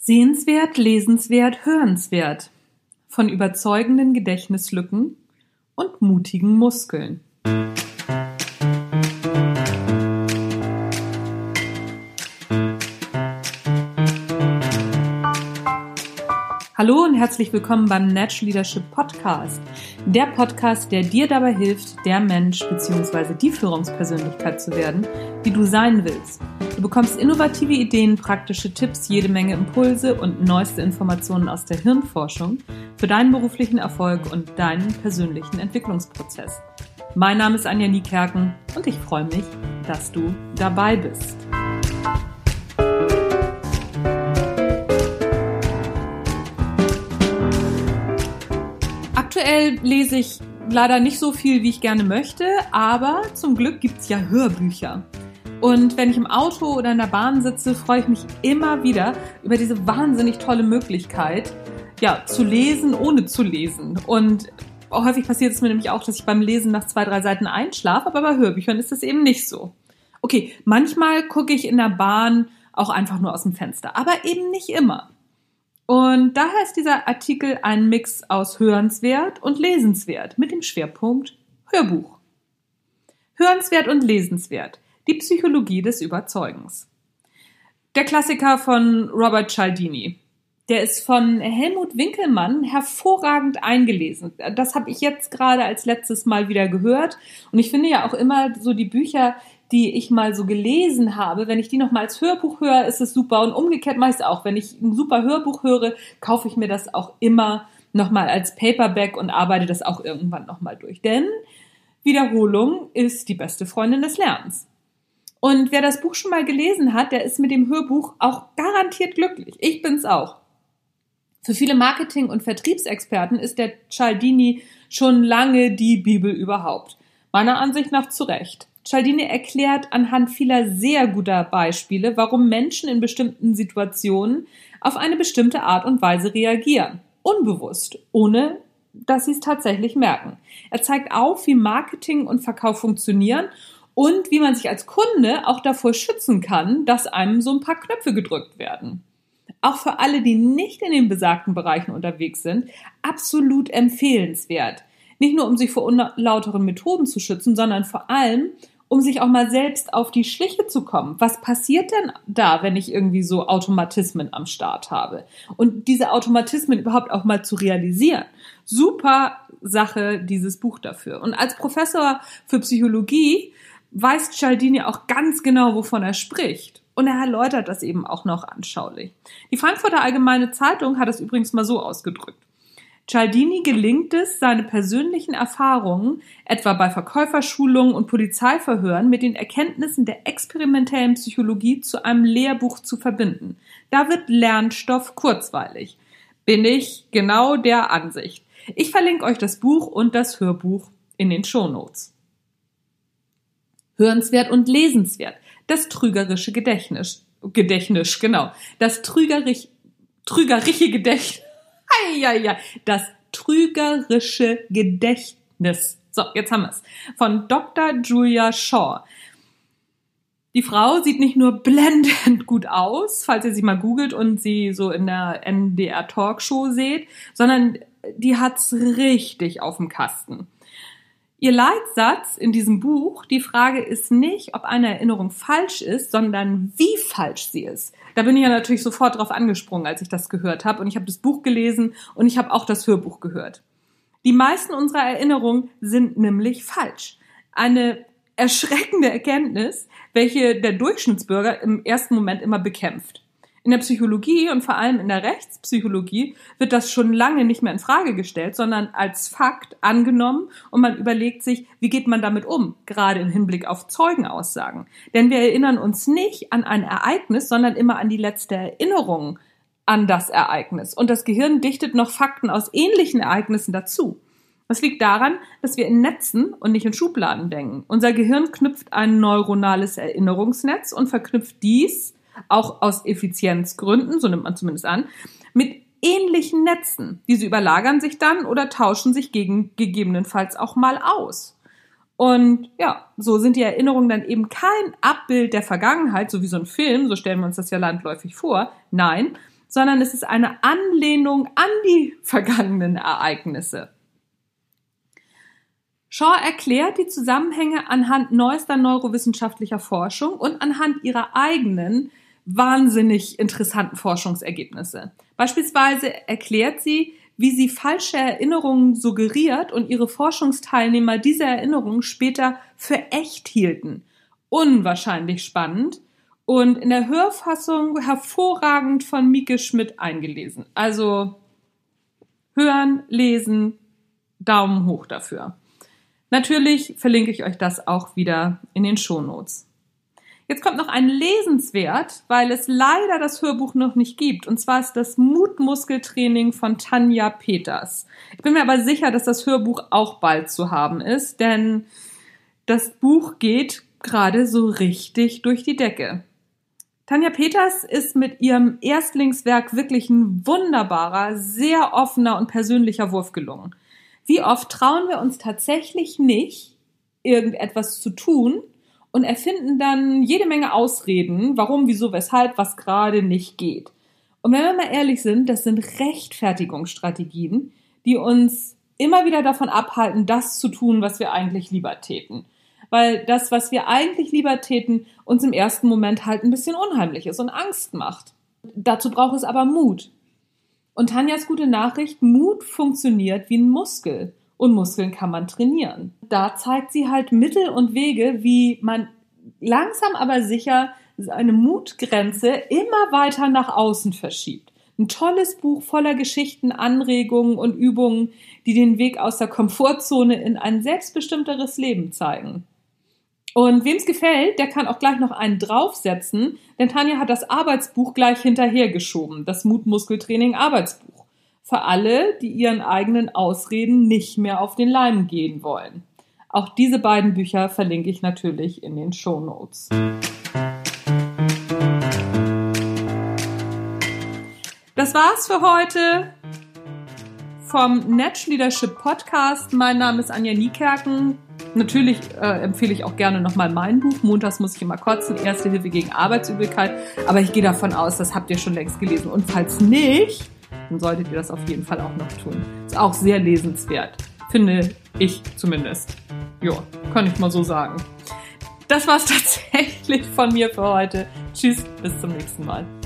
Sehenswert, lesenswert, hörenswert. Von überzeugenden Gedächtnislücken und mutigen Muskeln. Hallo und herzlich willkommen beim Natural Leadership Podcast. Der Podcast, der dir dabei hilft, der Mensch bzw. die Führungspersönlichkeit zu werden, die du sein willst. Du bekommst innovative Ideen, praktische Tipps, jede Menge Impulse und neueste Informationen aus der Hirnforschung für deinen beruflichen Erfolg und deinen persönlichen Entwicklungsprozess. Mein Name ist Anja Niekerken und ich freue mich, dass du dabei bist. Aktuell lese ich leider nicht so viel, wie ich gerne möchte, aber zum Glück gibt es ja Hörbücher. Und wenn ich im Auto oder in der Bahn sitze, freue ich mich immer wieder über diese wahnsinnig tolle Möglichkeit, zu lesen, ohne zu lesen. Und häufig passiert es mir nämlich auch, dass ich beim Lesen nach 2-3 Seiten einschlafe, aber bei Hörbüchern ist das eben nicht so. Okay, manchmal gucke ich in der Bahn auch einfach nur aus dem Fenster, aber eben nicht immer. Und daher ist dieser Artikel ein Mix aus hörenswert und lesenswert mit dem Schwerpunkt Hörbuch. Hörenswert und lesenswert. Die Psychologie des Überzeugens. Der Klassiker von Robert Cialdini. Der ist von Helmut Winkelmann hervorragend eingelesen. Das habe ich jetzt gerade als letztes Mal wieder gehört. Und ich finde ja auch immer so die Bücher, die ich mal so gelesen habe, wenn ich die nochmal als Hörbuch höre, ist es super. Und umgekehrt mache ich es auch. Wenn ich ein super Hörbuch höre, kaufe ich mir das auch immer nochmal als Paperback und arbeite das auch irgendwann nochmal durch. Denn Wiederholung ist die beste Freundin des Lernens. Und wer das Buch schon mal gelesen hat, der ist mit dem Hörbuch auch garantiert glücklich. Ich bin's auch. Für viele Marketing- und Vertriebsexperten ist der Cialdini schon lange die Bibel überhaupt. Meiner Ansicht nach zu Recht. Cialdini erklärt anhand vieler sehr guter Beispiele, warum Menschen in bestimmten Situationen auf eine bestimmte Art und Weise reagieren. Unbewusst, ohne dass sie es tatsächlich merken. Er zeigt auf, wie Marketing und Verkauf funktionieren und wie man sich als Kunde auch davor schützen kann, dass einem so ein paar Knöpfe gedrückt werden. Auch für alle, die nicht in den besagten Bereichen unterwegs sind, absolut empfehlenswert. Nicht nur, um sich vor unlauteren Methoden zu schützen, sondern vor allem, um sich auch mal selbst auf die Schliche zu kommen. Was passiert denn da, wenn ich irgendwie so Automatismen am Start habe? Und diese Automatismen überhaupt auch mal zu realisieren. Super Sache, dieses Buch dafür. Und als Professor für Psychologie weiß Cialdini auch ganz genau, wovon er spricht. Und er erläutert das eben auch noch anschaulich. Die Frankfurter Allgemeine Zeitung hat es übrigens mal so ausgedrückt. Cialdini gelingt es, seine persönlichen Erfahrungen, etwa bei Verkäuferschulungen und Polizeiverhören, mit den Erkenntnissen der experimentellen Psychologie zu einem Lehrbuch zu verbinden. Da wird Lernstoff kurzweilig. Bin ich genau der Ansicht. Ich verlinke euch das Buch und das Hörbuch in den Shownotes. Hörenswert und lesenswert. Das trügerische Gedächtnis. Das trügerische Gedächtnis. Das trügerische Gedächtnis. So, jetzt haben wir es. Von Dr. Julia Shaw. Die Frau sieht nicht nur blendend gut aus, falls ihr sie mal googelt und sie so in der NDR Talkshow seht, sondern die hat's richtig auf dem Kasten. Ihr Leitsatz in diesem Buch, die Frage ist nicht, ob eine Erinnerung falsch ist, sondern wie falsch sie ist. Da bin ich ja natürlich sofort drauf angesprungen, als ich das gehört habe. Und ich habe das Buch gelesen und ich habe auch das Hörbuch gehört. Die meisten unserer Erinnerungen sind nämlich falsch. Eine erschreckende Erkenntnis, welche der Durchschnittsbürger im ersten Moment immer bekämpft. In der Psychologie und vor allem in der Rechtspsychologie wird das schon lange nicht mehr in Frage gestellt, sondern als Fakt angenommen und man überlegt sich, wie geht man damit um, gerade im Hinblick auf Zeugenaussagen. Denn wir erinnern uns nicht an ein Ereignis, sondern immer an die letzte Erinnerung an das Ereignis. Und das Gehirn dichtet noch Fakten aus ähnlichen Ereignissen dazu. Das liegt daran, dass wir in Netzen und nicht in Schubladen denken. Unser Gehirn knüpft ein neuronales Erinnerungsnetz und verknüpft dies auch aus Effizienzgründen, so nimmt man zumindest an, mit ähnlichen Netzen. Diese überlagern sich dann oder tauschen sich gegebenenfalls auch mal aus. Und so sind die Erinnerungen dann eben kein Abbild der Vergangenheit, so wie so ein Film, so stellen wir uns das ja landläufig vor. Nein, sondern es ist eine Anlehnung an die vergangenen Ereignisse. Shaw erklärt die Zusammenhänge anhand neuester neurowissenschaftlicher Forschung und anhand ihrer eigenen wahnsinnig interessanten Forschungsergebnisse. Beispielsweise erklärt sie, wie sie falsche Erinnerungen suggeriert und ihre Forschungsteilnehmer diese Erinnerungen später für echt hielten. Unwahrscheinlich spannend und in der Hörfassung hervorragend von Mieke Schmidt eingelesen. Also hören, lesen, Daumen hoch dafür. Natürlich verlinke ich euch das auch wieder in den Shownotes. Jetzt kommt noch ein Lesenswert, weil es leider das Hörbuch noch nicht gibt. Und zwar ist das Mutmuskeltraining von Tanja Peters. Ich bin mir aber sicher, dass das Hörbuch auch bald zu haben ist, denn das Buch geht gerade so richtig durch die Decke. Tanja Peters ist mit ihrem Erstlingswerk wirklich ein wunderbarer, sehr offener und persönlicher Wurf gelungen. Wie oft trauen wir uns tatsächlich nicht, irgendetwas zu tun und erfinden dann jede Menge Ausreden, warum, wieso, weshalb, was gerade nicht geht. Und wenn wir mal ehrlich sind, das sind Rechtfertigungsstrategien, die uns immer wieder davon abhalten, das zu tun, was wir eigentlich lieber täten. Weil das, was wir eigentlich lieber täten, uns im ersten Moment halt ein bisschen unheimlich ist und Angst macht. Dazu braucht es aber Mut. Und Tanjas gute Nachricht, Mut funktioniert wie ein Muskel. Und Muskeln kann man trainieren. Da zeigt sie halt Mittel und Wege, wie man langsam aber sicher eine Mutgrenze immer weiter nach außen verschiebt. Ein tolles Buch voller Geschichten, Anregungen und Übungen, die den Weg aus der Komfortzone in ein selbstbestimmteres Leben zeigen. Und wem es gefällt, der kann auch gleich noch einen draufsetzen, denn Tanja hat das Arbeitsbuch gleich hinterhergeschoben, das Mutmuskeltraining Arbeitsbuch. Für alle, die ihren eigenen Ausreden nicht mehr auf den Leim gehen wollen. Auch diese beiden Bücher verlinke ich natürlich in den Shownotes. Das war's für heute vom Natural Leadership Podcast. Mein Name ist Anja Niekerken. Natürlich empfehle ich auch gerne nochmal mein Buch. Montags muss ich immer kotzen, Erste Hilfe gegen Arbeitsübelkeit. Aber ich gehe davon aus, das habt ihr schon längst gelesen. Und falls nicht, dann solltet ihr das auf jeden Fall auch noch tun. Ist auch sehr lesenswert. Finde ich zumindest. Ja, kann ich mal so sagen. Das war's tatsächlich von mir für heute. Tschüss, bis zum nächsten Mal.